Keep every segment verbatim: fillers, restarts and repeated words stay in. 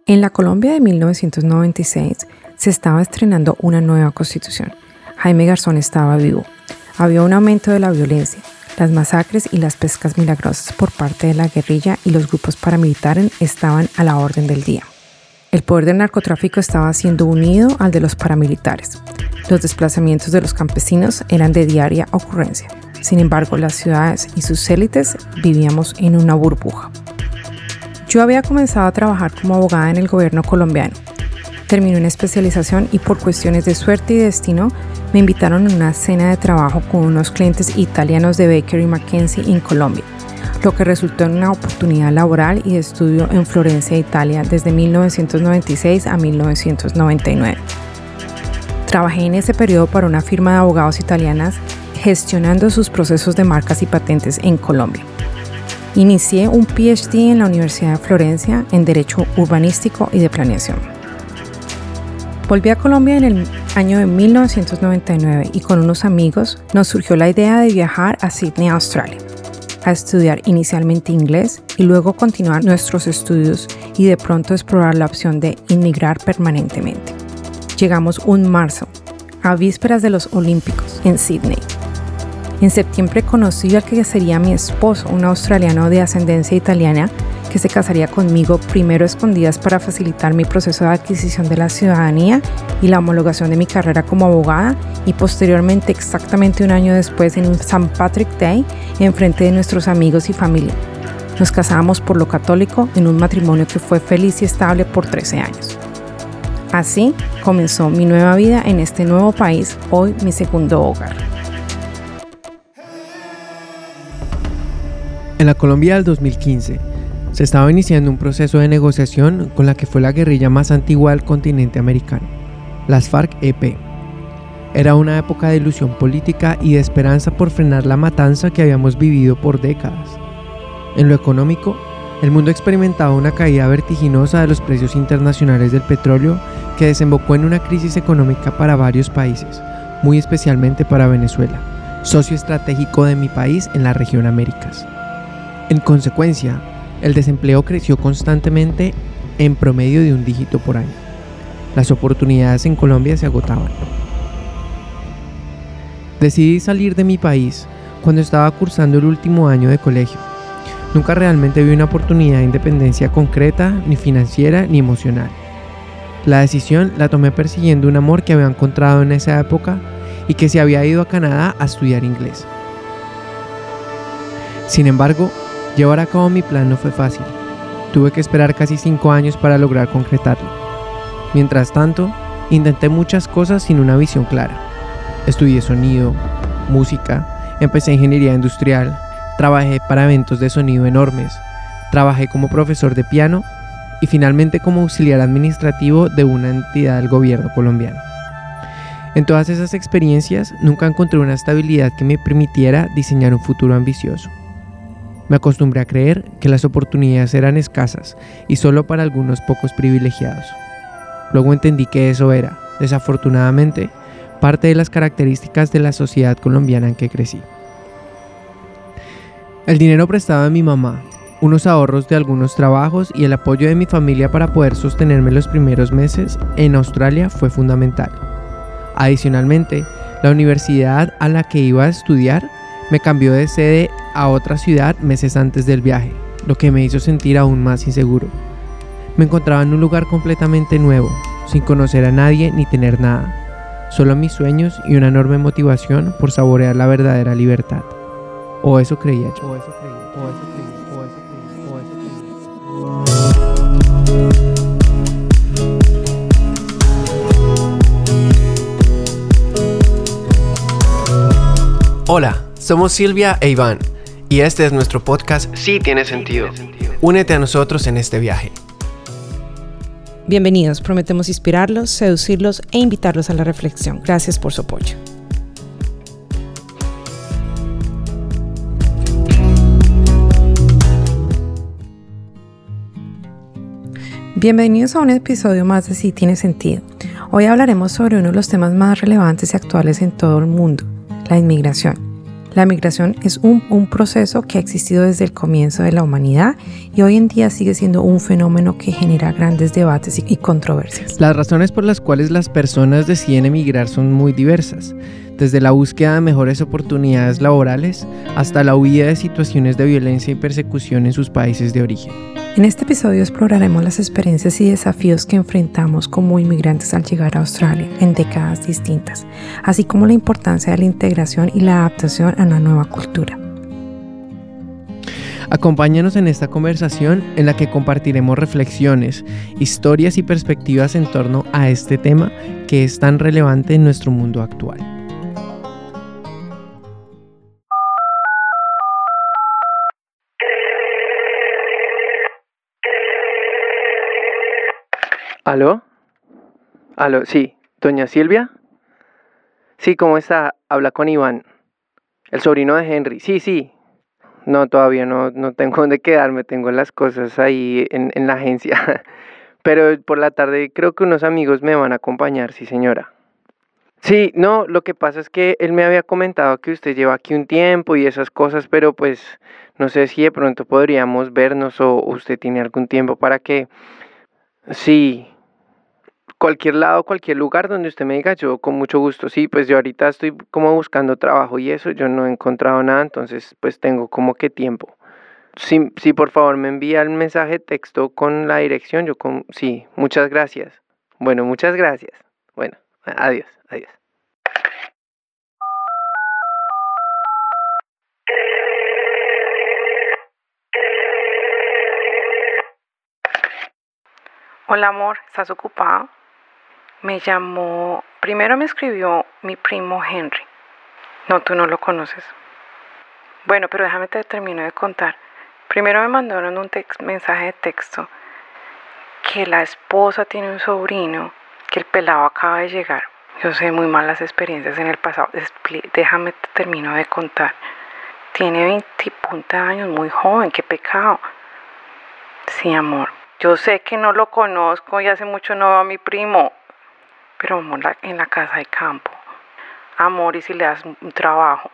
En la Colombia de mil novecientos noventa y seis se estaba estrenando una nueva constitución. Jaime Garzón estaba vivo. Había un aumento de la violencia, las masacres y las pescas milagrosas por parte de la guerrilla y los grupos paramilitares estaban a la orden del día. El poder del narcotráfico estaba siendo unido al de los paramilitares. Los desplazamientos de los campesinos eran de diaria ocurrencia. Sin embargo, las ciudades y sus élites vivíamos en una burbuja. Yo había comenzado a trabajar como abogada en el gobierno colombiano. Terminé una especialización y por cuestiones de suerte y destino me invitaron a una cena de trabajo con unos clientes italianos de Baker y McKenzie en Colombia, lo que resultó en una oportunidad laboral y de estudio en Florencia, Italia, desde mil novecientos noventa y seis a mil novecientos noventa y nueve. Trabajé en ese periodo para una firma de abogados italianas gestionando sus procesos de marcas y patentes en Colombia. Inicié un P H D en la Universidad de Florencia en Derecho Urbanístico y de Planeación. Volví a Colombia en el año de mil novecientos noventa y nueve y con unos amigos nos surgió la idea de viajar a Sydney, Australia, a estudiar inicialmente inglés y luego continuar nuestros estudios y de pronto explorar la opción de inmigrar permanentemente. Llegamos un marzo, a vísperas de los Olímpicos, en Sydney. En septiembre conocí al que sería mi esposo, un australiano de ascendencia italiana, que se casaría conmigo primero a escondidas para facilitar mi proceso de adquisición de la ciudadanía y la homologación de mi carrera como abogada, y posteriormente, exactamente un año después, en un Saint Patrick's Day, en frente de nuestros amigos y familia. Nos casábamos por lo católico en un matrimonio que fue feliz y estable por trece años. Así comenzó mi nueva vida en este nuevo país, hoy mi segundo hogar. En la Colombia del dos mil quince, se estaba iniciando un proceso de negociación con la que fue la guerrilla más antigua del continente americano, las FARC-E P. Era una época de ilusión política y de esperanza por frenar la matanza que habíamos vivido por décadas. En lo económico, el mundo experimentaba una caída vertiginosa de los precios internacionales del petróleo que desembocó en una crisis económica para varios países, muy especialmente para Venezuela, socio estratégico de mi país en la región Américas. En consecuencia, el desempleo creció constantemente en promedio de un dígito por año. Las oportunidades en Colombia se agotaban. Decidí salir de mi país cuando estaba cursando el último año de colegio. Nunca realmente vi una oportunidad de independencia concreta, ni financiera, ni emocional. La decisión la tomé persiguiendo un amor que había encontrado en esa época y que se había ido a Canadá a estudiar inglés. Sin embargo, llevar a cabo mi plan no fue fácil. Tuve que esperar casi cinco años para lograr concretarlo. Mientras tanto, intenté muchas cosas sin una visión clara. Estudié sonido, música, empecé ingeniería industrial, trabajé para eventos de sonido enormes, trabajé como profesor de piano y finalmente como auxiliar administrativo de una entidad del gobierno colombiano. En todas esas experiencias nunca encontré una estabilidad que me permitiera diseñar un futuro ambicioso. Me acostumbré a creer que las oportunidades eran escasas y solo para algunos pocos privilegiados. Luego entendí que eso era, desafortunadamente, parte de las características de la sociedad colombiana en que crecí. El dinero prestado de mi mamá, unos ahorros de algunos trabajos y el apoyo de mi familia para poder sostenerme los primeros meses en Australia fue fundamental. Adicionalmente, la universidad a la que iba a estudiar me cambió de sede a otra ciudad meses antes del viaje, lo que me hizo sentir aún más inseguro. Me encontraba en un lugar completamente nuevo, sin conocer a nadie ni tener nada, solo mis sueños y una enorme motivación por saborear la verdadera libertad. O eso creía yo. O eso creía, o eso creía, o eso creía, o eso creía. Hola, somos Silvia e Iván, y este es nuestro podcast Sí Tiene Sentido. Únete a nosotros en este viaje. Bienvenidos, prometemos inspirarlos, seducirlos e invitarlos a la reflexión. Gracias por su apoyo. Bienvenidos a un episodio más de Sí Tiene Sentido. Hoy hablaremos sobre uno de los temas más relevantes y actuales en todo el mundo, la inmigración. La migración es un, un proceso que ha existido desde el comienzo de la humanidad y hoy en día sigue siendo un fenómeno que genera grandes debates y, y controversias. Las razones por las cuales las personas deciden emigrar son muy diversas, desde la búsqueda de mejores oportunidades laborales hasta la huida de situaciones de violencia y persecución en sus países de origen. En este episodio exploraremos las experiencias y desafíos que enfrentamos como inmigrantes al llegar a Australia en décadas distintas, así como la importancia de la integración y la adaptación a una nueva cultura. Acompáñanos en esta conversación en la que compartiremos reflexiones, historias y perspectivas en torno a este tema que es tan relevante en nuestro mundo actual. ¿Aló? ¿Aló? Sí, ¿doña Silvia? Sí, ¿cómo está? Habla con Iván, el sobrino de Henry. Sí, sí. No, todavía no, no tengo dónde quedarme, tengo las cosas ahí en, en la agencia. Pero por la tarde creo que unos amigos me van a acompañar, sí señora. Sí, no, lo que pasa es que él me había comentado que usted lleva aquí un tiempo y esas cosas, pero pues no sé si de pronto podríamos vernos o usted tiene algún tiempo para que... Sí... Cualquier lado, cualquier lugar donde usted me diga, yo con mucho gusto. Sí, pues yo ahorita estoy como buscando trabajo y eso, yo no he encontrado nada, entonces pues tengo como que tiempo. Sí, sí, por favor me envía el mensaje de texto con la dirección, yo con... Sí, muchas gracias. Bueno, muchas gracias. Bueno, adiós, adiós. Hola amor, ¿estás ocupado? Me llamó, primero me escribió mi primo Henry. No, tú no lo conoces. Bueno, pero déjame te termino de contar. Primero me mandaron un text, mensaje de texto que la esposa tiene un sobrino, que el pelado acaba de llegar. Yo sé muy malas experiencias en el pasado. Déjame te termino de contar. Tiene veinte años, muy joven, qué pecado. Sí, amor. Yo sé que no lo conozco y hace mucho no veo a mi primo. Pero amor, en la casa de campo. Amor, y si le das un trabajo.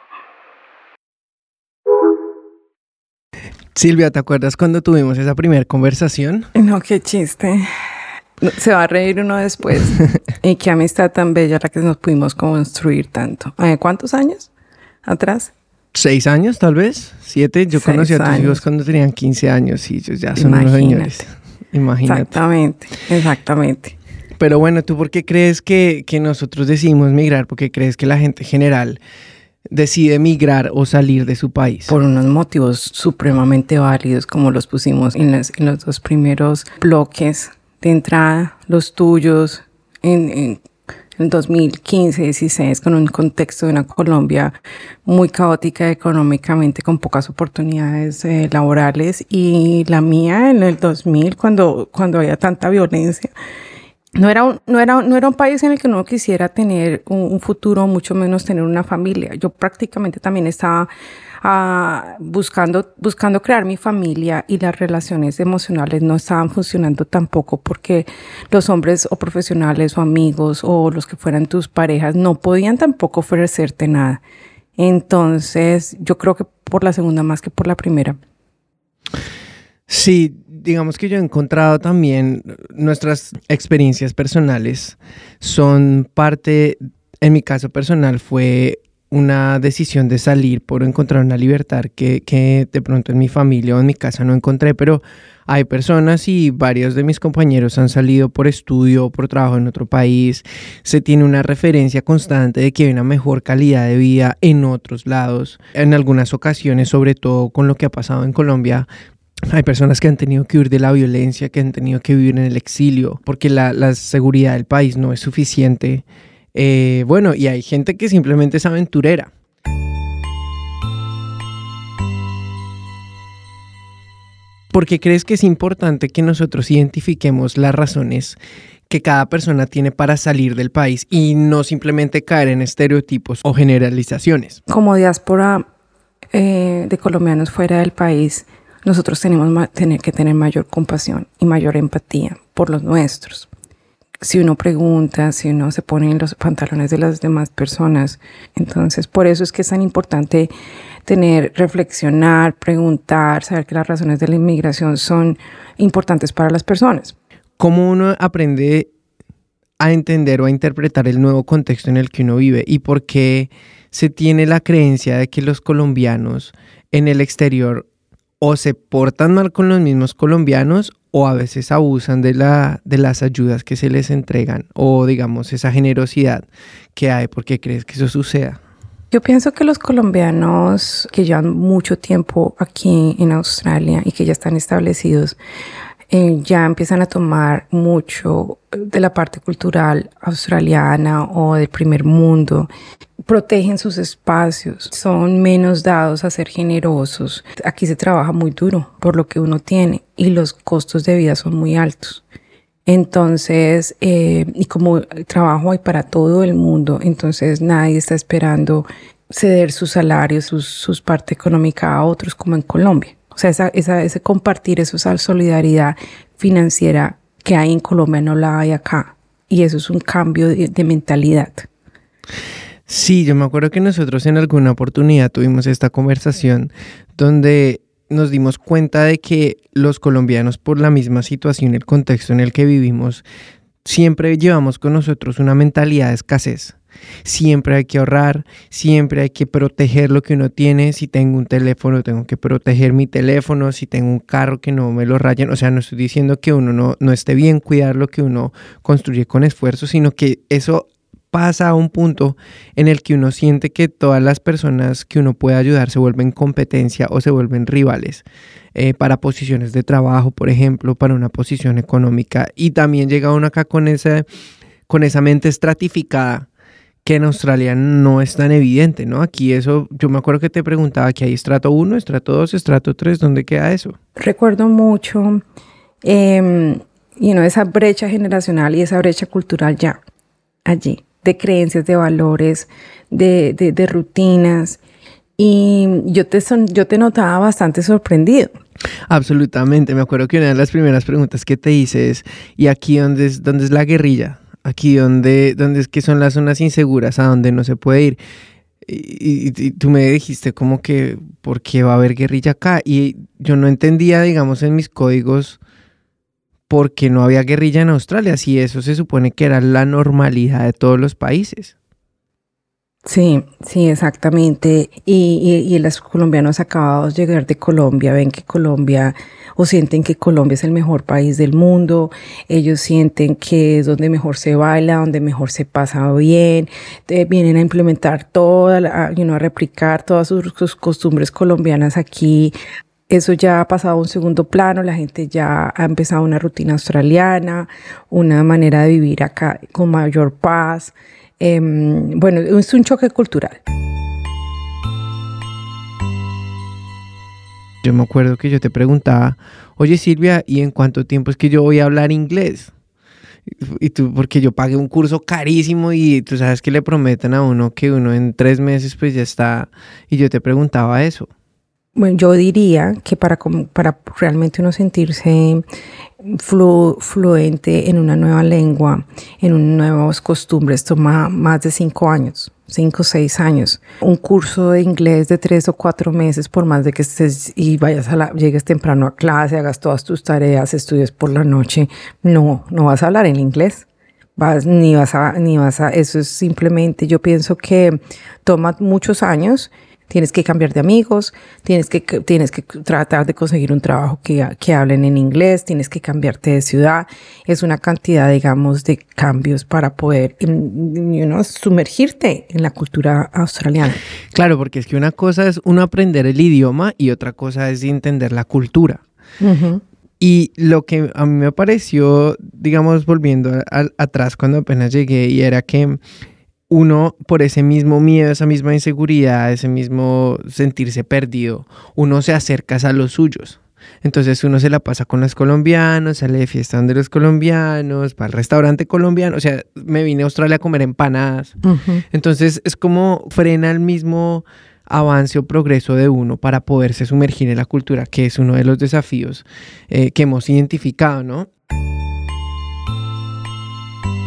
Silvia, ¿te acuerdas cuando tuvimos esa primera conversación? No, qué chiste. Se va a reír uno después. Y qué amistad tan bella la que nos pudimos construir tanto. ¿Cuántos años atrás? Seis años, tal vez. Siete. Yo Seis conocí a tus años. hijos cuando tenían quince años y ellos ya son Imagínate. unos señores. Imagínate. Exactamente, exactamente. Pero bueno, ¿tú por qué crees que, que nosotros decidimos migrar? ¿Por qué crees que la gente en general decide migrar o salir de su país? Por unos motivos supremamente válidos, como los pusimos en, las, en los dos primeros bloques de entrada, los tuyos, en, en, en dos mil quince dieciséis, con un contexto de una Colombia muy caótica económicamente, con pocas oportunidades eh, laborales, y la mía en el dos mil, cuando, cuando había tanta violencia. No era, un, no, era, no era un país en el que uno quisiera tener un, un futuro, mucho menos tener una familia. Yo prácticamente también estaba uh, buscando, buscando crear mi familia, y las relaciones emocionales no estaban funcionando tampoco, porque los hombres o profesionales o amigos o los que fueran tus parejas no podían tampoco ofrecerte nada. Entonces yo creo que por la segunda más que por la primera. Sí, digamos que yo he encontrado también nuestras experiencias personales son parte, en mi caso personal fue una decisión de salir por encontrar una libertad que, que de pronto en mi familia o en mi casa no encontré, pero hay personas y varios de mis compañeros han salido por estudio o por trabajo en otro país. Se tiene una referencia constante de que hay una mejor calidad de vida en otros lados. En algunas ocasiones, sobre todo con lo que ha pasado en Colombia, hay personas que han tenido que huir de la violencia, que han tenido que vivir en el exilio, porque la, la seguridad del país no es suficiente. Eh, bueno, y hay gente que simplemente es aventurera. ¿Por qué crees que es importante que nosotros identifiquemos las razones que cada persona tiene para salir del país y no simplemente caer en estereotipos o generalizaciones? Como diáspora eh, de colombianos fuera del país, nosotros tenemos ma- tener que tener mayor compasión y mayor empatía por los nuestros. si uno pregunta, si uno se pone en los pantalones de las demás personas. Entonces, por eso es que es tan importante tener, reflexionar, preguntar, saber que las razones de la inmigración son importantes para las personas. ¿Cómo uno aprende a entender o a interpretar el nuevo contexto en el que uno vive? ¿Y por qué se tiene la creencia de que los colombianos en el exterior o se portan mal con los mismos colombianos o a veces abusan de, la, de las ayudas que se les entregan o digamos esa generosidad que hay? ¿Por qué crees que eso suceda? Yo pienso que los colombianos que llevan mucho tiempo aquí en Australia y que ya están establecidos eh, ya empiezan a tomar mucho de la parte cultural australiana o del primer mundo. Protegen sus espacios, son menos dados a ser generosos. Aquí se trabaja muy duro por lo que uno tiene y los costos de vida son muy altos. Entonces, eh, y como el trabajo hay para todo el mundo, entonces nadie está esperando ceder sus salarios, sus, sus parte económica a otros como en Colombia. O sea, esa, esa, ese compartir, eso, esa solidaridad financiera que hay en Colombia no la hay acá. Y eso es un cambio de, de mentalidad. Sí, yo me acuerdo que nosotros en alguna oportunidad tuvimos esta conversación donde nos dimos cuenta de que los colombianos, por la misma situación, el contexto en el que vivimos, siempre llevamos con nosotros una mentalidad de escasez. Siempre hay que ahorrar, siempre hay que proteger lo que uno tiene. Si tengo un teléfono, tengo que proteger mi teléfono. Si tengo un carro, que no me lo rayen. O sea, no estoy diciendo que uno no, no esté bien cuidar lo que uno construye con esfuerzo, sino que eso pasa a un punto en el que uno siente que todas las personas que uno puede ayudar se vuelven competencia o se vuelven rivales eh, para posiciones de trabajo, por ejemplo, para una posición económica. Y también llega uno acá con esa, con esa mente estratificada que en Australia no es tan evidente, ¿no? Aquí eso, yo me acuerdo que te preguntaba que hay estrato uno, estrato dos, estrato tres, ¿dónde queda eso? Recuerdo mucho eh, you know, esa brecha generacional y esa brecha cultural ya allí, de creencias, de valores, de, de, de rutinas. Y yo te, son, yo te notaba bastante sorprendido. Absolutamente. Me acuerdo que una de las primeras preguntas que te hice es, ¿y aquí dónde es, dónde es la guerrilla? Aquí dónde, dónde es que son las zonas inseguras, a donde no se puede ir. Y, y, y tú me dijiste como que, ¿por qué va a haber guerrilla acá? Y yo no entendía, digamos, en mis códigos por qué no había guerrilla en Australia, si eso se supone que era la normalidad de todos los países. Sí, sí, exactamente. Y, y, y los colombianos acabados de llegar de Colombia ven que Colombia, o sienten que Colombia es el mejor país del mundo. Ellos sienten que es donde mejor se baila, donde mejor se pasa bien. Eh, vienen a implementar toda, la, you know, a replicar todas sus, sus costumbres colombianas aquí. Eso ya ha pasado a un segundo plano, la gente ya ha empezado una rutina australiana, una manera de vivir acá con mayor paz. Eh, bueno, es un choque cultural. Yo me acuerdo que yo te preguntaba, oye Silvia, ¿y en cuánto tiempo es que yo voy a hablar inglés? Y tú, porque yo pagué un curso carísimo y tú sabes que le prometen a uno que uno en tres meses pues ya está. Y yo te preguntaba eso. Bueno, yo diría que para, para realmente uno sentirse flu, fluente en una nueva lengua, en unas nuevas costumbres, toma más de cinco años, cinco o seis años. Un curso de inglés de tres o cuatro meses, por más de que estés y vayas a la, llegues temprano a clase, hagas todas tus tareas, estudies por la noche, no, no vas a hablar en inglés. Vas, ni vas a, ni vas a, eso es simplemente, yo pienso que toma muchos años. Tienes que cambiar de amigos, tienes que, tienes que tratar de conseguir un trabajo que, que hablen en inglés, tienes que cambiarte de ciudad. Es una cantidad, digamos, de cambios para poder you know, sumergirte en la cultura australiana. Claro, porque es que una cosa es uno aprender el idioma y otra cosa es entender la cultura. Uh-huh. Y lo que a mí me pareció, digamos, volviendo a, a, atrás cuando apenas llegué, y era que uno, por ese mismo miedo, esa misma inseguridad, ese mismo sentirse perdido, uno se acerca a los suyos. Entonces uno se la pasa con los colombianos, sale de fiesta donde los colombianos, va al restaurante colombiano. O sea, me vine a Australia a comer empanadas. Uh-huh. Entonces es como frena el mismo avance o progreso de uno para poderse sumergir en la cultura, que es uno de los desafíos eh, que hemos identificado, ¿no?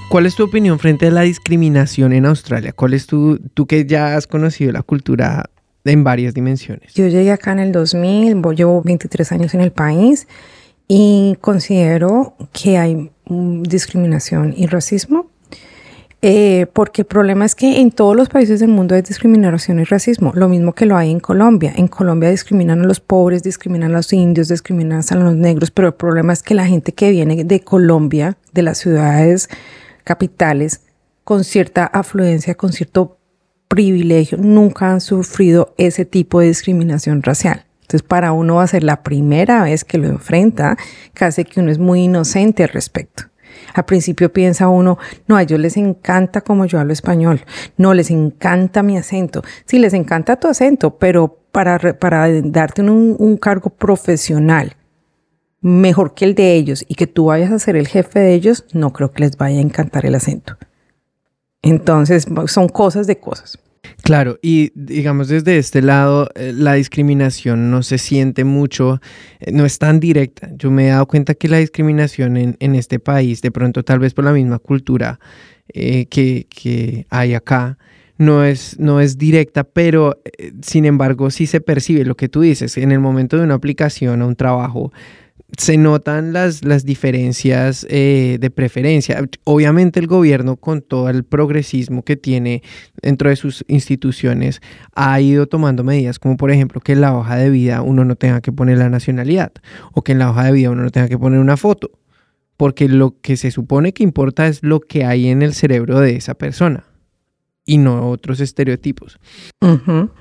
¿Cuál es tu opinión frente a la discriminación en Australia? ¿Cuál es tu, tú que ya has conocido la cultura en varias dimensiones? Yo llegué acá en el dos mil, llevo veintitrés años en el país y considero que hay um, discriminación y racismo. Eh, porque el problema es que en todos los países del mundo hay discriminación y racismo, lo mismo que lo hay en Colombia. En Colombia discriminan a los pobres, discriminan a los indios, discriminan a los negros, pero el problema es que la gente que viene de Colombia, de las ciudades capitales, con cierta afluencia, con cierto privilegio, nunca han sufrido ese tipo de discriminación racial. Entonces, para uno va a ser la primera vez que lo enfrenta, casi que uno es muy inocente al respecto. Al principio piensa uno, no, a ellos les encanta como yo hablo español, no, les encanta mi acento. Sí, les encanta tu acento, pero para, para darte un, un cargo profesional mejor que el de ellos y que tú vayas a ser el jefe de ellos, no creo que les vaya a encantar el acento. Entonces, son cosas de cosas. Claro, y digamos desde este lado, eh, la discriminación no se siente mucho, eh, no es tan directa. Yo me he dado cuenta que la discriminación en, en este país, de pronto tal vez por la misma cultura eh, que, que hay acá, no es, no es directa, pero eh, sin embargo sí se percibe lo que tú dices. En el momento de una aplicación a un trabajo, se notan las, las diferencias eh, de preferencia. Obviamente el gobierno, con todo el progresismo que tiene dentro de sus instituciones, ha ido tomando medidas como por ejemplo que en la hoja de vida uno no tenga que poner la nacionalidad o que en la hoja de vida uno no tenga que poner una foto, porque lo que se supone que importa es lo que hay en el cerebro de esa persona y no otros estereotipos. Uh-huh.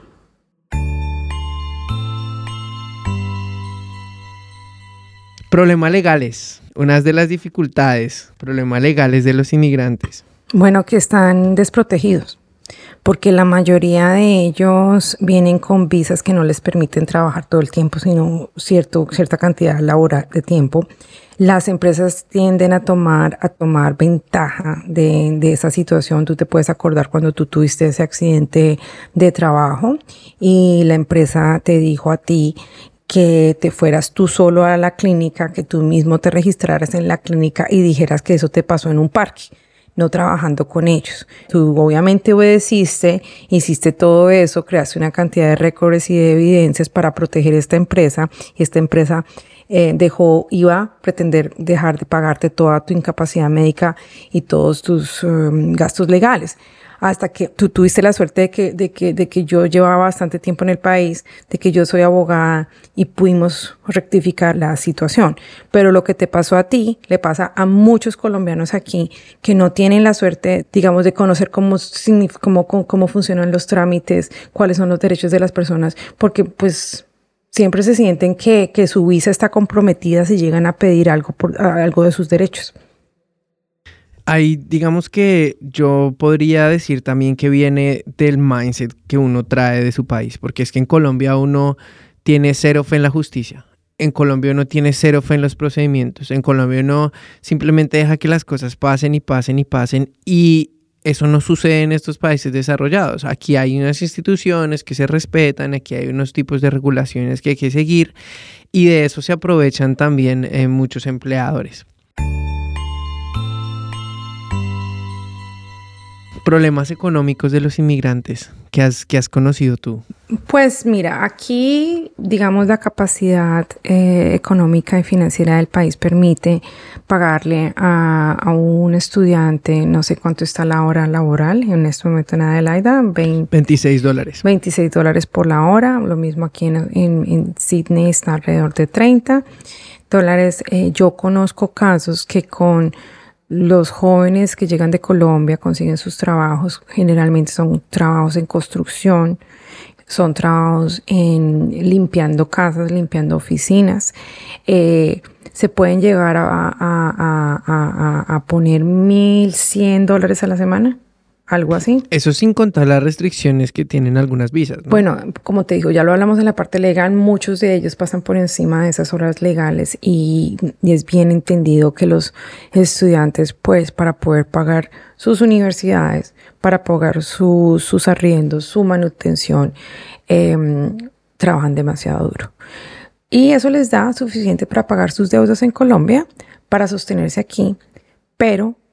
Problemas legales, unas de las dificultades, problemas legales de los inmigrantes. Bueno, que están desprotegidos, porque la mayoría de ellos vienen con visas que no les permiten trabajar todo el tiempo, sino cierto, cierta cantidad laboral de tiempo. Las empresas tienden a tomar, a tomar ventaja de, de esa situación. Tú te puedes acordar cuando tú tuviste ese accidente de trabajo y la empresa te dijo a ti que te fueras tú solo a la clínica, que tú mismo te registraras en la clínica y dijeras que eso te pasó en un parque, no trabajando con ellos. Tú obviamente obedeciste, hiciste todo eso, creaste una cantidad de récords y de evidencias para proteger esta empresa, y esta empresa eh, dejó, iba a pretender dejar de pagarte toda tu incapacidad médica y todos tus um, gastos legales. Hasta que tú tuviste la suerte de que, de que, de que yo llevaba bastante tiempo en el país, de que yo soy abogada y pudimos rectificar la situación. Pero lo que te pasó a ti, le pasa a muchos colombianos aquí que no tienen la suerte, digamos, de conocer cómo, cómo, cómo, cómo funcionan los trámites, cuáles son los derechos de las personas, porque pues siempre se sienten que, que su visa está comprometida si llegan a pedir algo, por, algo de sus derechos. Ahí, digamos que yo podría decir también que viene del mindset que uno trae de su país, porque es que en Colombia uno tiene cero fe en la justicia, en Colombia uno tiene cero fe en los procedimientos, en Colombia uno simplemente deja que las cosas pasen y pasen y pasen, y eso no sucede en estos países desarrollados. Aquí hay unas instituciones que se respetan, aquí hay unos tipos de regulaciones que hay que seguir, y de eso se aprovechan también eh, muchos empleadores. Problemas económicos de los inmigrantes que has, que has conocido tú. Pues mira, aquí digamos la capacidad eh, económica y financiera del país permite pagarle a, a un estudiante, no sé cuánto está la hora laboral en este momento en Adelaida, veinte, veintiséis dólares. veintiséis dólares por la hora, lo mismo aquí en, en, en Sydney está alrededor de treinta dólares. Eh, yo conozco casos que con los jóvenes que llegan de Colombia consiguen sus trabajos, generalmente son trabajos en construcción, son trabajos en limpiando casas, limpiando oficinas. Eh, se pueden llegar a, a, a, a, a poner mil cien dólares a la semana, algo así. Eso sin contar las restricciones que tienen algunas visas, ¿no? Bueno, como te digo, ya lo hablamos en la parte legal, muchos de ellos pasan por encima de esas horas legales y, y es bien entendido que los estudiantes, pues, para poder pagar sus universidades, para pagar su, sus arriendos, su manutención, eh, trabajan demasiado duro. Y eso les da suficiente para pagar sus deudas en Colombia, para sostenerse aquí, pero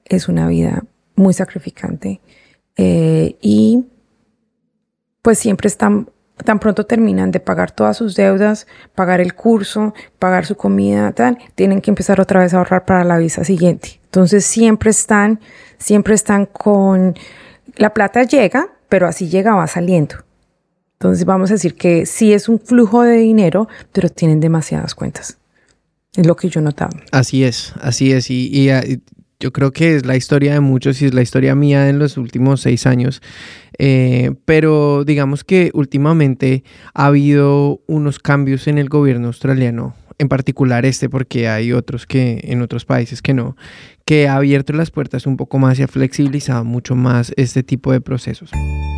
es una vida muy sacrificante eh, y pues siempre están, tan pronto terminan de pagar todas sus deudas, pagar el curso, pagar su comida, tal, tienen que empezar otra vez a ahorrar para la visa siguiente. Entonces siempre están, siempre están con, la plata llega, pero así llega, va saliendo. Entonces vamos a decir que sí es un flujo de dinero, pero tienen demasiadas cuentas. Es lo que yo notaba. Así es, así es. Y, y, y yo creo que es la historia de muchos y es la historia mía en los últimos seis años. Eh, pero digamos que últimamente ha habido unos cambios en el gobierno australiano, en particular este, porque hay otros que en otros países que no, que ha abierto las puertas un poco más y ha flexibilizado mucho más este tipo de procesos.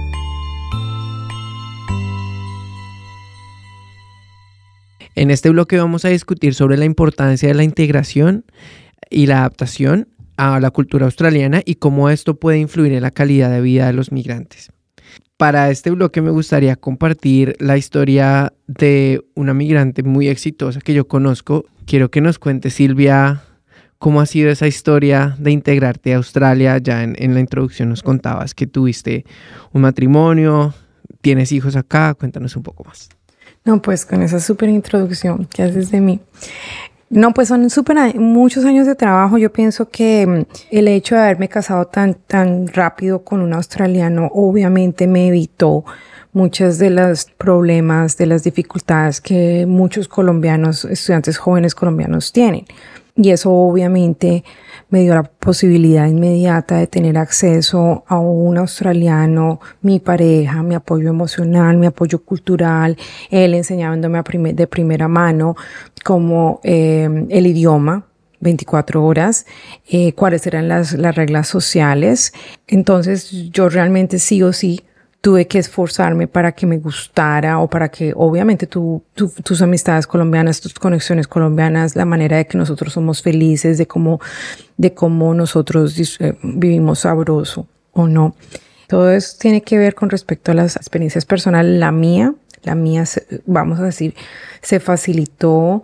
En este bloque vamos a discutir sobre la importancia de la integración y la adaptación a la cultura australiana y cómo esto puede influir en la calidad de vida de los migrantes. Para este bloque me gustaría compartir la historia de una migrante muy exitosa que yo conozco. Quiero que nos cuente, Silvia, cómo ha sido esa historia de integrarte a Australia. Ya en, en la introducción nos contabas que tuviste un matrimonio, tienes hijos acá. Cuéntanos un poco más. No, pues con esa súper introducción que haces de mí. No, pues son súper muchos años de trabajo. Yo pienso que el hecho de haberme casado tan, tan rápido con un australiano obviamente me evitó muchos de los problemas, de las dificultades que muchos colombianos, estudiantes jóvenes colombianos tienen. Y eso obviamente me dio la posibilidad inmediata de tener acceso a un australiano, mi pareja, mi apoyo emocional, mi apoyo cultural, él enseñándome a primer, de primera mano como eh, el idioma, veinticuatro horas, eh, cuáles eran las, las reglas sociales. Entonces yo realmente sí o sí tuve que esforzarme para que me gustara o para que obviamente tu, tu, tus amistades colombianas, tus conexiones colombianas, la manera de que nosotros somos felices, de cómo, de cómo nosotros eh, vivimos sabroso o no. Todo eso tiene que ver con respecto a las experiencias personales. La mía, la mía, vamos a decir, se facilitó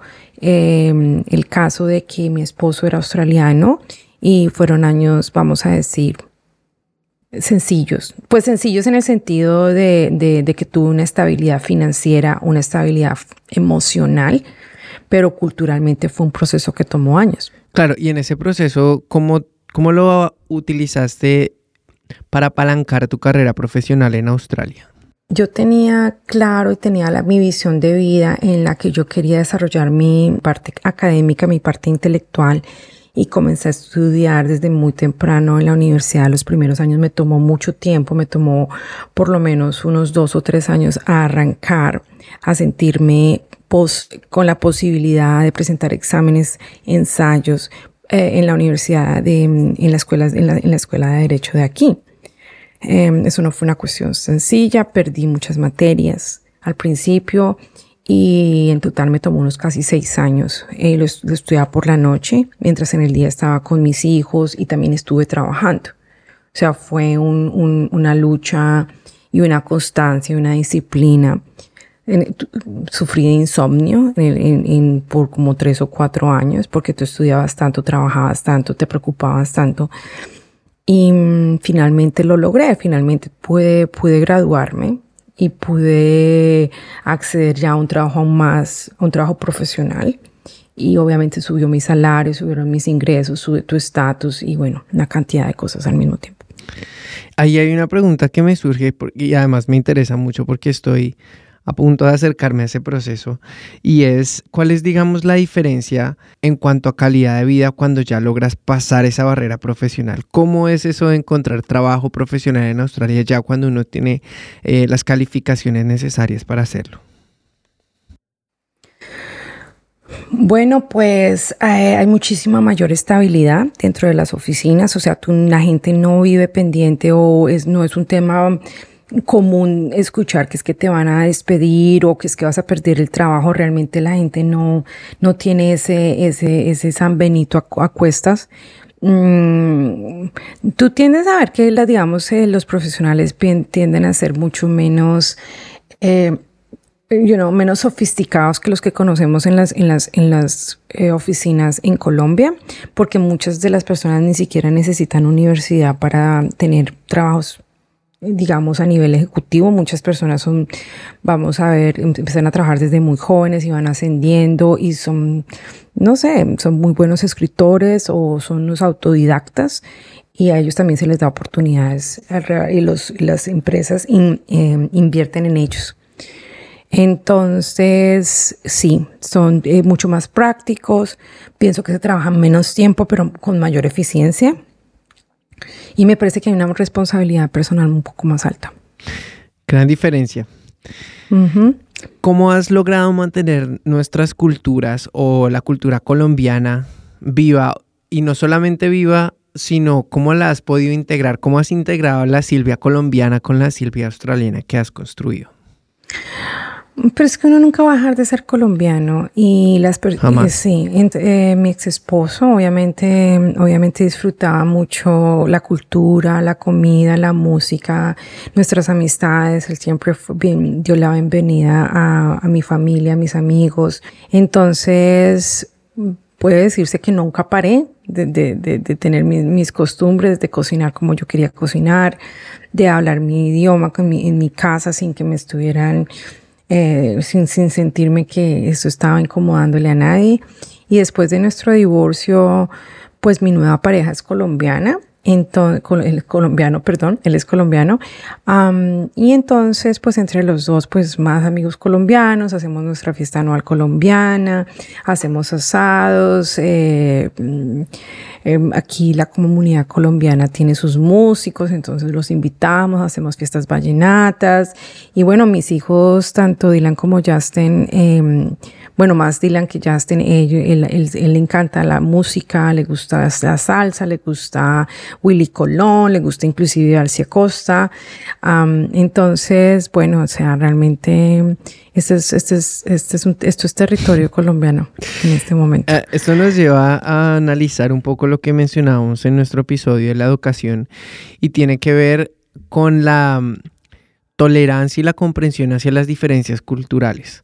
eh, el caso de que mi esposo era australiano y fueron años, vamos a decir, sencillos, pues sencillos en el sentido de, de, de que tuve una estabilidad financiera, una estabilidad emocional, pero culturalmente fue un proceso que tomó años. Claro, y en ese proceso, ¿cómo, cómo lo utilizaste para apalancar tu carrera profesional en Australia? Yo tenía claro y tenía la, mi visión de vida en la que yo quería desarrollar mi parte académica, mi parte intelectual. Y comencé a estudiar desde muy temprano en la universidad. Los primeros años me tomó mucho tiempo, me tomó por lo menos unos dos o tres años a arrancar, a sentirme pos, con la posibilidad de presentar exámenes, ensayos eh, en la universidad, de, en, la escuela, en, la, en la escuela de Derecho de aquí. Eh, eso no fue una cuestión sencilla, perdí muchas materias al principio. Y en total me tomó unos casi seis años. Eh, lo, lo estudiaba por la noche, mientras en el día estaba con mis hijos y también estuve trabajando. O sea, fue un, un, una lucha y una constancia, una disciplina. En, sufrí de insomnio en, en, en, por como tres o cuatro años, porque tú estudiabas tanto, trabajabas tanto, te preocupabas tanto. Y mm, finalmente lo logré, finalmente pude, pude graduarme. Y pude acceder ya a un trabajo más, a un trabajo profesional. Y obviamente subió mi salario, subieron mis ingresos, subió tu estatus y bueno, una cantidad de cosas al mismo tiempo. Ahí hay una pregunta que me surge y además me interesa mucho porque estoy a punto de acercarme a ese proceso y es cuál es, digamos, la diferencia en cuanto a calidad de vida cuando ya logras pasar esa barrera profesional. ¿Cómo es eso de encontrar trabajo profesional en Australia ya cuando uno tiene eh, las calificaciones necesarias para hacerlo? Bueno, pues eh, hay muchísima mayor estabilidad dentro de las oficinas, o sea, tú, la gente no vive pendiente o es, no es un tema común escuchar que es que te van a despedir o que es que vas a perder el trabajo. Realmente la gente no, no tiene ese, ese, ese San Benito a, a cuestas. Mm, tú tiendes a ver que la, digamos, eh, los profesionales tienden a ser mucho menos, eh, you know, menos sofisticados que los que conocemos en las, en las, en las eh, oficinas en Colombia, porque muchas de las personas ni siquiera necesitan universidad para tener trabajos, digamos, a nivel ejecutivo. Muchas personas son, vamos a ver, empiezan a trabajar desde muy jóvenes y van ascendiendo y son, no sé, son muy buenos escritores o son los autodidactas, y a ellos también se les da oportunidades y, los, y las empresas in, eh, invierten en ellos. Entonces, sí, son eh, mucho más prácticos. Pienso que se trabaja menos tiempo, pero con mayor eficiencia. Y me parece que hay una responsabilidad personal un poco más alta. Gran diferencia. Uh-huh. ¿Cómo has logrado mantener nuestras culturas o la cultura colombiana viva? Y no solamente viva, sino cómo la has podido integrar. ¿Cómo has integrado la Silvia colombiana con la Silvia australiana que has construido? Pero es que uno nunca va a dejar de ser colombiano, y las personas, sí, eh, mi ex esposo obviamente, obviamente disfrutaba mucho la cultura, la comida, la música, nuestras amistades. Él siempre fue bien, dio la bienvenida a, a mi familia, a mis amigos. Entonces, puede decirse que nunca paré de, de, de, de tener mis, mis costumbres, de cocinar como yo quería cocinar, de hablar mi idioma con mi, en mi casa sin que me estuvieran... Eh, sin, sin sentirme que eso estaba incomodándole a nadie. Y después de nuestro divorcio, pues mi nueva pareja es colombiana. Entonces, el colombiano, perdón, él es colombiano. Um, y entonces, pues entre los dos, pues más amigos colombianos, hacemos nuestra fiesta anual colombiana, hacemos asados. Eh, eh, aquí la comunidad colombiana tiene sus músicos, entonces los invitamos, hacemos fiestas vallenatas. Y bueno, mis hijos, tanto Dylan como Justin, eh, bueno, más Dylan que Justin, él, él, él, él le encanta la música, le gusta la salsa, le gusta Willy Colón, le gusta inclusive Alcia Costa. Um, entonces, bueno, o sea, realmente este es, este es, este es un, esto es territorio colombiano en este momento. Uh, esto nos lleva a analizar un poco lo que mencionábamos en nuestro episodio de la educación, y tiene que ver con la um, tolerancia y la comprensión hacia las diferencias culturales.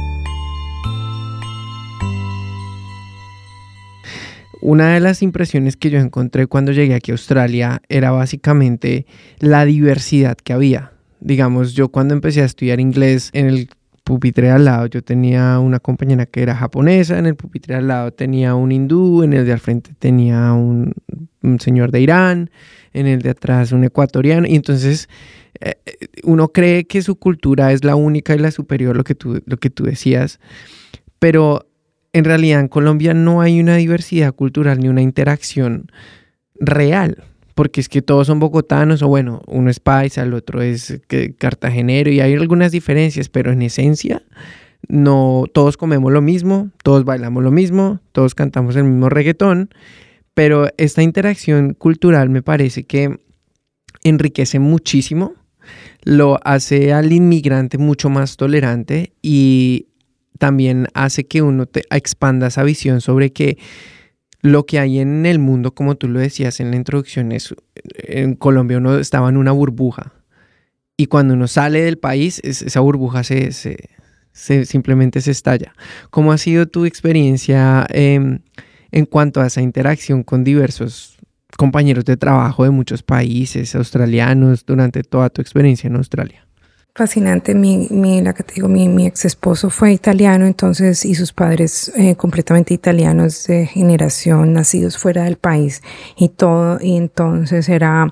Una de las impresiones que yo encontré cuando llegué aquí a Australia era básicamente la diversidad que había. Digamos, yo cuando empecé a estudiar inglés, en el pupitre al lado yo tenía una compañera que era japonesa, en el pupitre al lado tenía un hindú, en el de al frente tenía un, un señor de Irán, en el de atrás un ecuatoriano, y entonces eh, uno cree que su cultura es la única y la superior, lo que tú, lo que tú decías, pero en realidad en Colombia no hay una diversidad cultural ni una interacción real, porque es que todos son bogotanos, o bueno, uno es paisa, el otro es cartagenero, y hay algunas diferencias, pero en esencia no, todos comemos lo mismo, todos bailamos lo mismo, todos cantamos el mismo reggaetón, pero esta interacción cultural me parece que enriquece muchísimo, lo hace al inmigrante mucho más tolerante, y también hace que uno te expanda esa visión sobre que lo que hay en el mundo, como tú lo decías en la introducción, es, en Colombia uno estaba en una burbuja, y cuando uno sale del país, es, esa burbuja se, se, se simplemente se estalla. ¿Cómo ha sido tu experiencia eh, en cuanto a esa interacción con diversos compañeros de trabajo de muchos países australianos durante toda tu experiencia en Australia? Fascinante. Mi, mi, la que te digo, mi, mi ex esposo fue italiano, entonces, y sus padres eh, completamente italianos de generación, nacidos fuera del país, y todo, y entonces era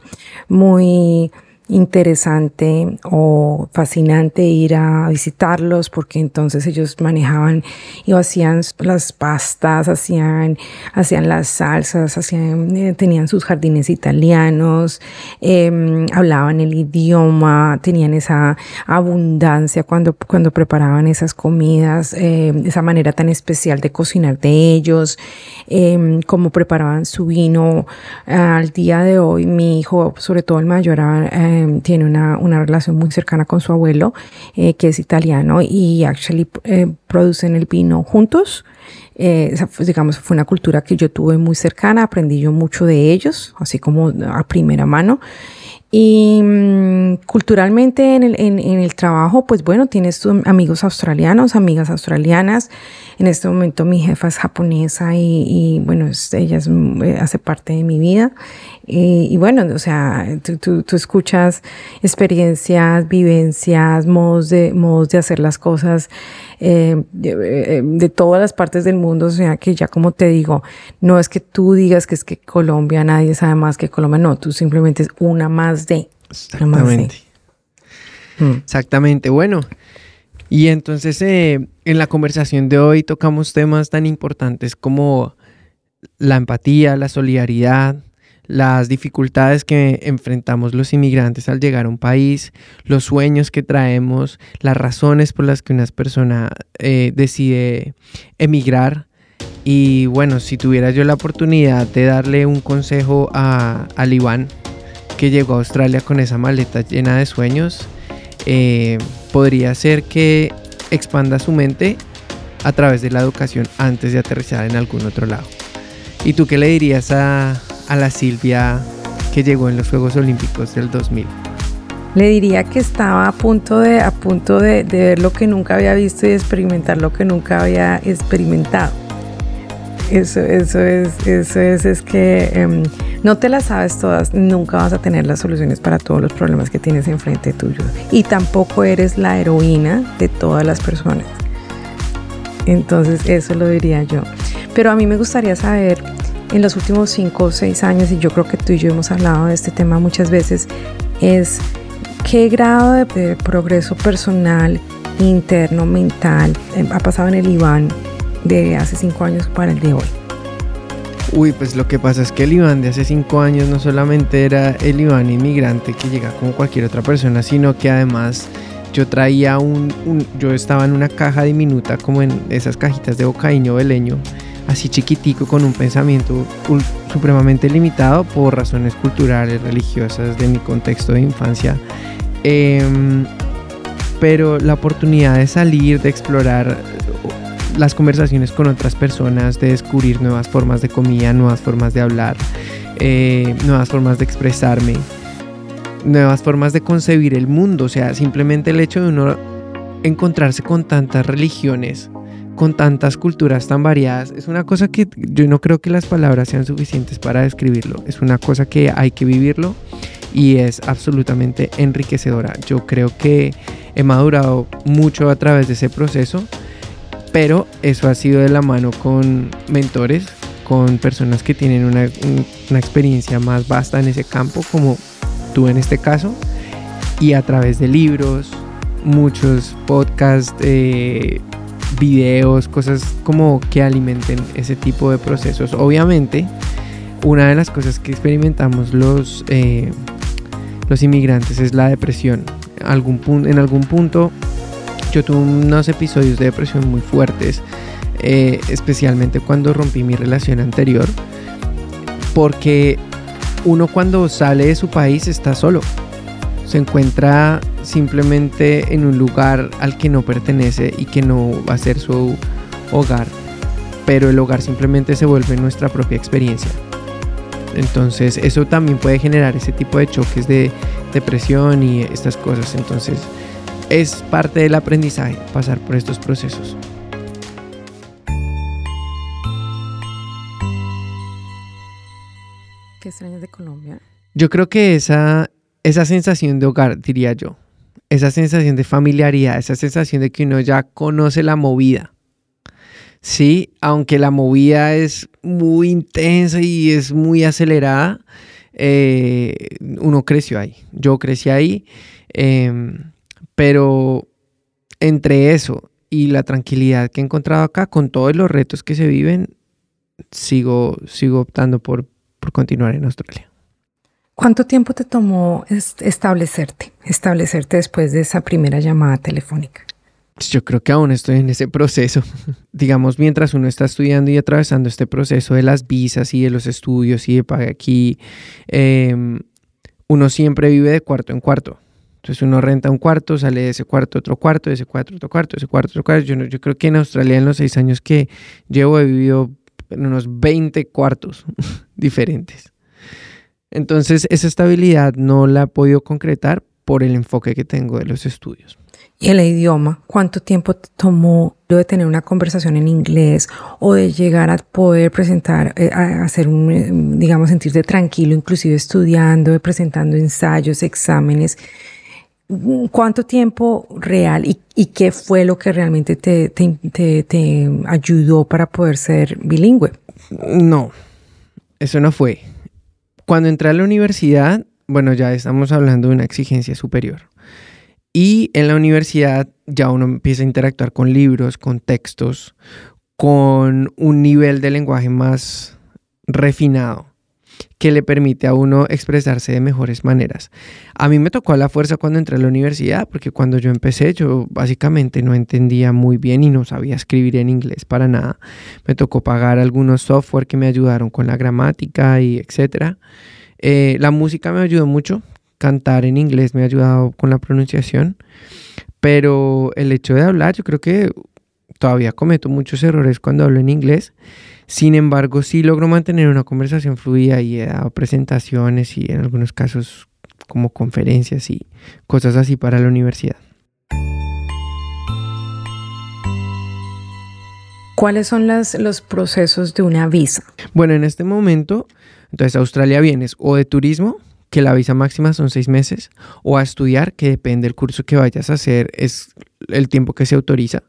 muy interesante o fascinante ir a visitarlos, porque entonces ellos manejaban y hacían las pastas, hacían, hacían las salsas, hacían, eh, tenían sus jardines italianos, eh, hablaban el idioma, tenían esa abundancia cuando, cuando preparaban esas comidas, eh, esa manera tan especial de cocinar de ellos, eh, cómo preparaban su vino. Al día de hoy, mi hijo, sobre todo el mayor, eh, tiene una, una relación muy cercana con su abuelo, eh, que es italiano, y actually eh, producen el vino juntos. Eh, esa, pues, digamos, fue una cultura que yo tuve muy cercana, aprendí yo mucho de ellos, así como a primera mano. Y mmm, culturalmente en el, en, en el trabajo, pues bueno, tienes tus amigos australianos, amigas australianas. En este momento mi jefa es japonesa y, y bueno, es, ella es, hace parte de mi vida. Y, y bueno, o sea, tú, tú, tú escuchas experiencias, vivencias, modos de, modos de hacer las cosas eh, de, de todas las partes del mundo. O sea, que ya como te digo, no es que tú digas que es que Colombia, nadie sabe más que Colombia. No, tú simplemente es una más de. Exactamente. Una más de. Hmm. Exactamente. Bueno, y entonces eh, en la conversación de hoy tocamos temas tan importantes como la empatía, la solidaridad, las dificultades que enfrentamos los inmigrantes al llegar a un país, los sueños que traemos, las razones por las que una persona eh, decide emigrar. Y bueno, si tuviera yo la oportunidad de darle un consejo a, a Iván, que llegó a Australia con esa maleta llena de sueños, eh, podría ser que expanda su mente a través de la educación antes de aterrizar en algún otro lado. ¿Y tú qué le dirías a, a la Silvia que llegó en los Juegos Olímpicos del dos mil? Le diría que estaba a punto de, a punto de, de ver lo que nunca había visto y experimentar lo que nunca había experimentado. Eso, eso es, eso es, es que um, no te las sabes todas, nunca vas a tener las soluciones para todos los problemas que tienes enfrente tuyo. Y tampoco eres la heroína de todas las personas. Entonces, eso lo diría yo. Pero a mí me gustaría saber, en los últimos cinco o seis años, y yo creo que tú y yo hemos hablado de este tema muchas veces, es qué grado de, de progreso personal, interno, mental, eh, ha pasado en el Iván de hace cinco años para el de hoy. Uy, pues lo que pasa es que el Iván de hace cinco años no solamente era el Iván inmigrante que llega como cualquier otra persona, sino que además yo traía un, un yo estaba en una caja diminuta, como en esas cajitas de bocadillo beleño, así chiquitico, con un pensamiento supremamente limitado por razones culturales, religiosas, de mi contexto de infancia. Eh, pero la oportunidad de salir, de explorar las conversaciones con otras personas, de descubrir nuevas formas de comida, nuevas formas de hablar, eh, nuevas formas de expresarme, nuevas formas de concebir el mundo. O sea, simplemente el hecho de uno encontrarse con tantas religiones, con tantas culturas tan variadas, es una cosa que yo no creo que las palabras sean suficientes para describirlo. Es una cosa que hay que vivirlo y es absolutamente enriquecedora. Yo creo que he madurado mucho a través de ese proceso, pero eso ha sido de la mano con mentores, con personas que tienen una, una experiencia más vasta en ese campo, como tú en este caso, y a través de libros, muchos podcasts, eh, videos, cosas como que alimenten ese tipo de procesos. Obviamente, una de las cosas que experimentamos los, eh, los inmigrantes es la depresión. Algún pun- en algún punto yo tuve unos episodios de depresión muy fuertes, eh, especialmente cuando rompí mi relación anterior, porque uno cuando sale de su país está solo, se encuentra simplemente en un lugar al que no pertenece y que no va a ser su hogar, pero el hogar simplemente se vuelve nuestra propia experiencia. Entonces eso también puede generar ese tipo de choques de depresión y estas cosas. Entonces es parte del aprendizaje pasar por estos procesos. ¿Qué extrañas de Colombia? Yo creo que esa, esa sensación de hogar, diría yo, esa sensación de familiaridad, esa sensación de que uno ya conoce la movida. Sí, aunque la movida es muy intensa y es muy acelerada, eh, uno creció ahí. Yo crecí ahí, eh, pero entre eso y la tranquilidad que he encontrado acá, con todos los retos que se viven, sigo, sigo optando por, por continuar en Australia. ¿Cuánto tiempo te tomó establecerte, establecerte después de esa primera llamada telefónica? Yo creo que aún estoy en ese proceso. Digamos, mientras uno está estudiando y atravesando este proceso de las visas y de los estudios y de paga aquí, eh, uno siempre vive de cuarto en cuarto. Entonces uno renta un cuarto, sale de ese cuarto otro cuarto, de ese cuarto otro cuarto, de ese cuarto otro cuarto. Yo, no, yo creo que en Australia, en los seis años que llevo, he vivido en unos veinte cuartos diferentes. Entonces esa estabilidad no la he podido concretar por el enfoque que tengo de los estudios. ¿Y el idioma? ¿Cuánto tiempo te tomó de tener una conversación en inglés o de llegar a poder presentar, eh, a hacer un, digamos, sentirte tranquilo, inclusive estudiando, presentando ensayos, exámenes? ¿Cuánto tiempo real y, y qué fue lo que realmente te, te, te, te ayudó para poder ser bilingüe? No, eso no fue. Cuando entré a la universidad, bueno, ya estamos hablando de una exigencia superior. Y en la universidad ya uno empieza a interactuar con libros, con textos, con un nivel de lenguaje más refinado que le permite a uno expresarse de mejores maneras. A mí me tocó a la fuerza cuando entré a la universidad, porque cuando yo empecé yo básicamente no entendía muy bien y no sabía escribir en inglés para nada. Me tocó pagar algunos software que me ayudaron con la gramática y etcétera. Eh, la música me ayudó mucho. Cantar en inglés me ha ayudado con la pronunciación, pero el hecho de hablar, yo creo que todavía cometo muchos errores cuando hablo en inglés. Sin embargo, sí logro mantener una conversación fluida y he dado presentaciones y en algunos casos como conferencias y cosas así para la universidad. ¿Cuáles son las, los procesos de una visa? Bueno, en este momento, entonces a Australia vienes o de turismo, que la visa máxima son seis meses, o a estudiar, que depende del curso que vayas a hacer, es el tiempo que se autoriza.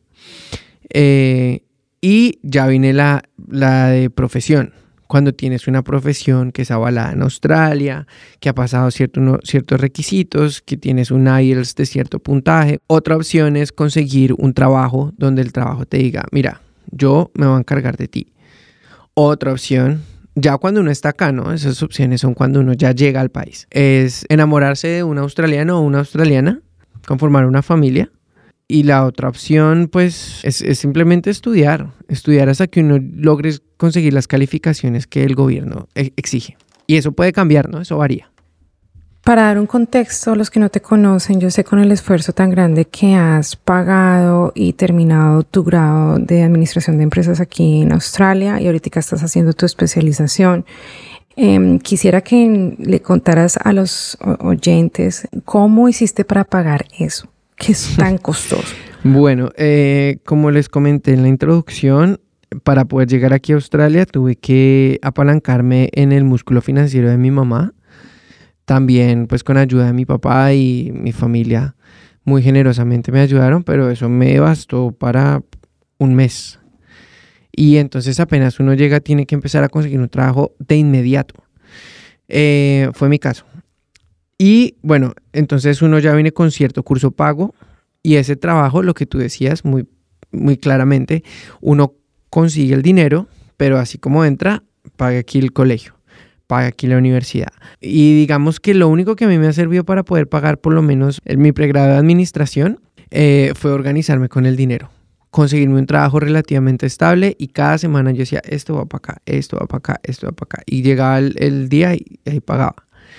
Eh, y ya viene la, la de profesión, cuando tienes una profesión que es avalada en Australia, que ha pasado cierto, no, ciertos requisitos, que tienes un I E L T S de cierto puntaje. Otra opción es conseguir un trabajo donde el trabajo te diga, mira, yo me voy a encargar de ti. Otra opción, ya cuando uno está acá, ¿no? Esas opciones son cuando uno ya llega al país. Es enamorarse de un australiano o una australiana, conformar una familia. Y la otra opción, pues, es, es simplemente estudiar. Estudiar hasta que uno logre conseguir las calificaciones que el gobierno exige. Y eso puede cambiar, ¿no? Eso varía. Para dar un contexto a los que no te conocen, yo sé con el esfuerzo tan grande que has pagado y terminado tu grado de administración de empresas aquí en Australia y ahorita estás haciendo tu especialización. Eh, quisiera que le contaras a los oyentes cómo hiciste para pagar eso, que es tan costoso. Bueno, eh, como les comenté en la introducción, para poder llegar aquí a Australia tuve que apalancarme en el músculo financiero de mi mamá. También pues con ayuda de mi papá y mi familia muy generosamente me ayudaron, pero eso me bastó para un mes. Y entonces apenas uno llega tiene que empezar a conseguir un trabajo de inmediato. Eh, fue mi caso. Y bueno, entonces uno ya viene con cierto curso pago y ese trabajo, lo que tú decías muy, muy claramente, uno consigue el dinero, pero así como entra, paga aquí el colegio. Paga aquí la universidad. Y digamos que lo único que a mí me ha servido para poder pagar por lo menos en mi pregrado de administración eh, fue organizarme con el dinero, conseguirme un trabajo relativamente estable y cada semana yo decía, esto va para acá, esto va para acá, esto va para acá. Y llegaba el, el día y ahí pagaba.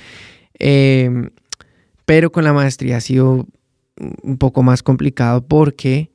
Eh, pero con la maestría ha sido un poco más complicado porque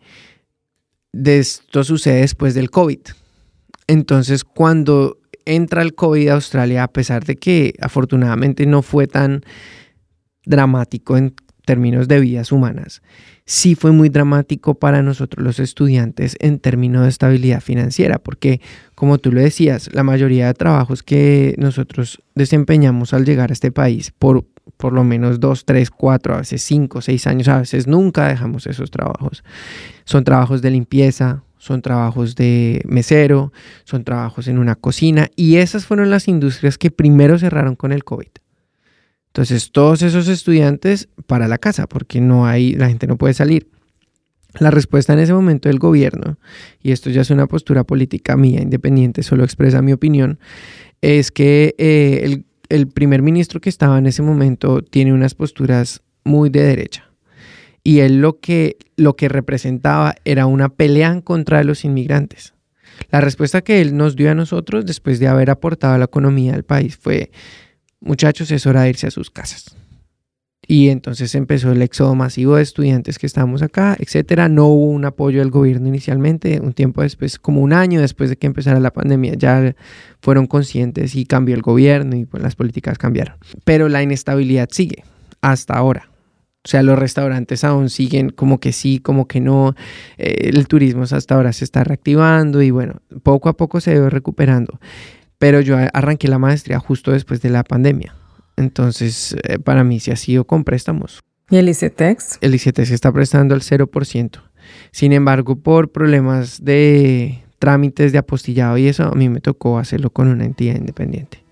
de esto sucede después del COVID. Entonces cuando entra el COVID a Australia, a pesar de que afortunadamente no fue tan dramático en términos de vidas humanas, sí fue muy dramático para nosotros los estudiantes en términos de estabilidad financiera, porque como tú lo decías, la mayoría de trabajos que nosotros desempeñamos al llegar a este país por por lo menos dos, tres, cuatro, a veces cinco, seis años, a veces nunca dejamos esos trabajos. Son trabajos de limpieza, son trabajos de mesero, son trabajos en una cocina y esas fueron las industrias que primero cerraron con el COVID. Entonces todos esos estudiantes para la casa porque no hay, la gente no puede salir. La respuesta en ese momento del gobierno, y esto ya es una postura política mía independiente, solo expresa mi opinión, es que eh, el, el primer ministro que estaba en ese momento tiene unas posturas muy de derecha. Y él lo que, lo que representaba era una pelea en contra de los inmigrantes. La respuesta que él nos dio a nosotros después de haber aportado a la economía del país fue, muchachos, es hora de irse a sus casas. Y entonces empezó el éxodo masivo de estudiantes que estábamos acá, etcétera. No hubo un apoyo del gobierno inicialmente. Un tiempo después, como un año después de que empezara la pandemia, ya fueron conscientes y cambió el gobierno y pues las políticas cambiaron. Pero la inestabilidad sigue hasta ahora. O sea, los restaurantes aún siguen como que sí, como que no. Eh, el turismo hasta ahora se está reactivando y bueno, poco a poco se va recuperando. Pero yo arranqué la maestría justo después de la pandemia. Entonces, eh, para mí sí ha sido con préstamos. ¿Y el ICETEX? El ICETEX está prestando al cero por ciento. Sin embargo, por problemas de trámites de apostillado y eso, a mí me tocó hacerlo con una entidad independiente.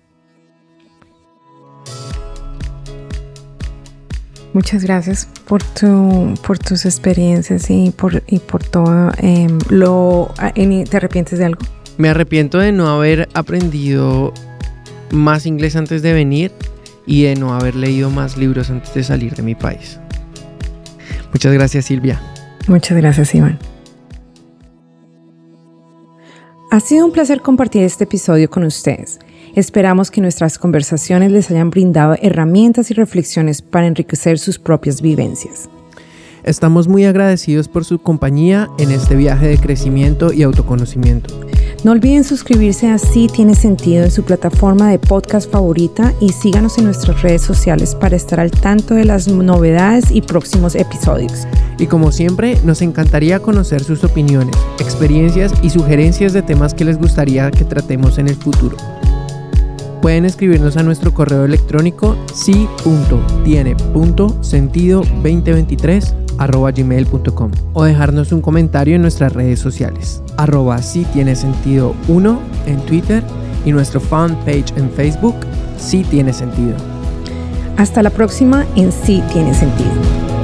Muchas gracias por, tu, por tus experiencias y por, y por todo. Eh, lo, ¿Te arrepientes de algo? Me arrepiento de no haber aprendido más inglés antes de venir y de no haber leído más libros antes de salir de mi país. Muchas gracias, Silvia. Muchas gracias, Iván. Ha sido un placer compartir este episodio con ustedes. Esperamos que nuestras conversaciones les hayan brindado herramientas y reflexiones para enriquecer sus propias vivencias. Estamos muy agradecidos por su compañía en este viaje de crecimiento y autoconocimiento. No olviden suscribirse a Sí Tiene Sentido en su plataforma de podcast favorita y síganos en nuestras redes sociales para estar al tanto de las novedades y próximos episodios. Y como siempre, nos encantaría conocer sus opiniones, experiencias y sugerencias de temas que les gustaría que tratemos en el futuro. Pueden escribirnos a nuestro correo electrónico si punto tiene punto sentido veinte veintitrés arroba gmail punto com o dejarnos un comentario en nuestras redes sociales, arroba si tiene sentido uno en Twitter y nuestro fanpage en Facebook, Si Tiene Sentido. Hasta la próxima en Sí Tiene Sentido.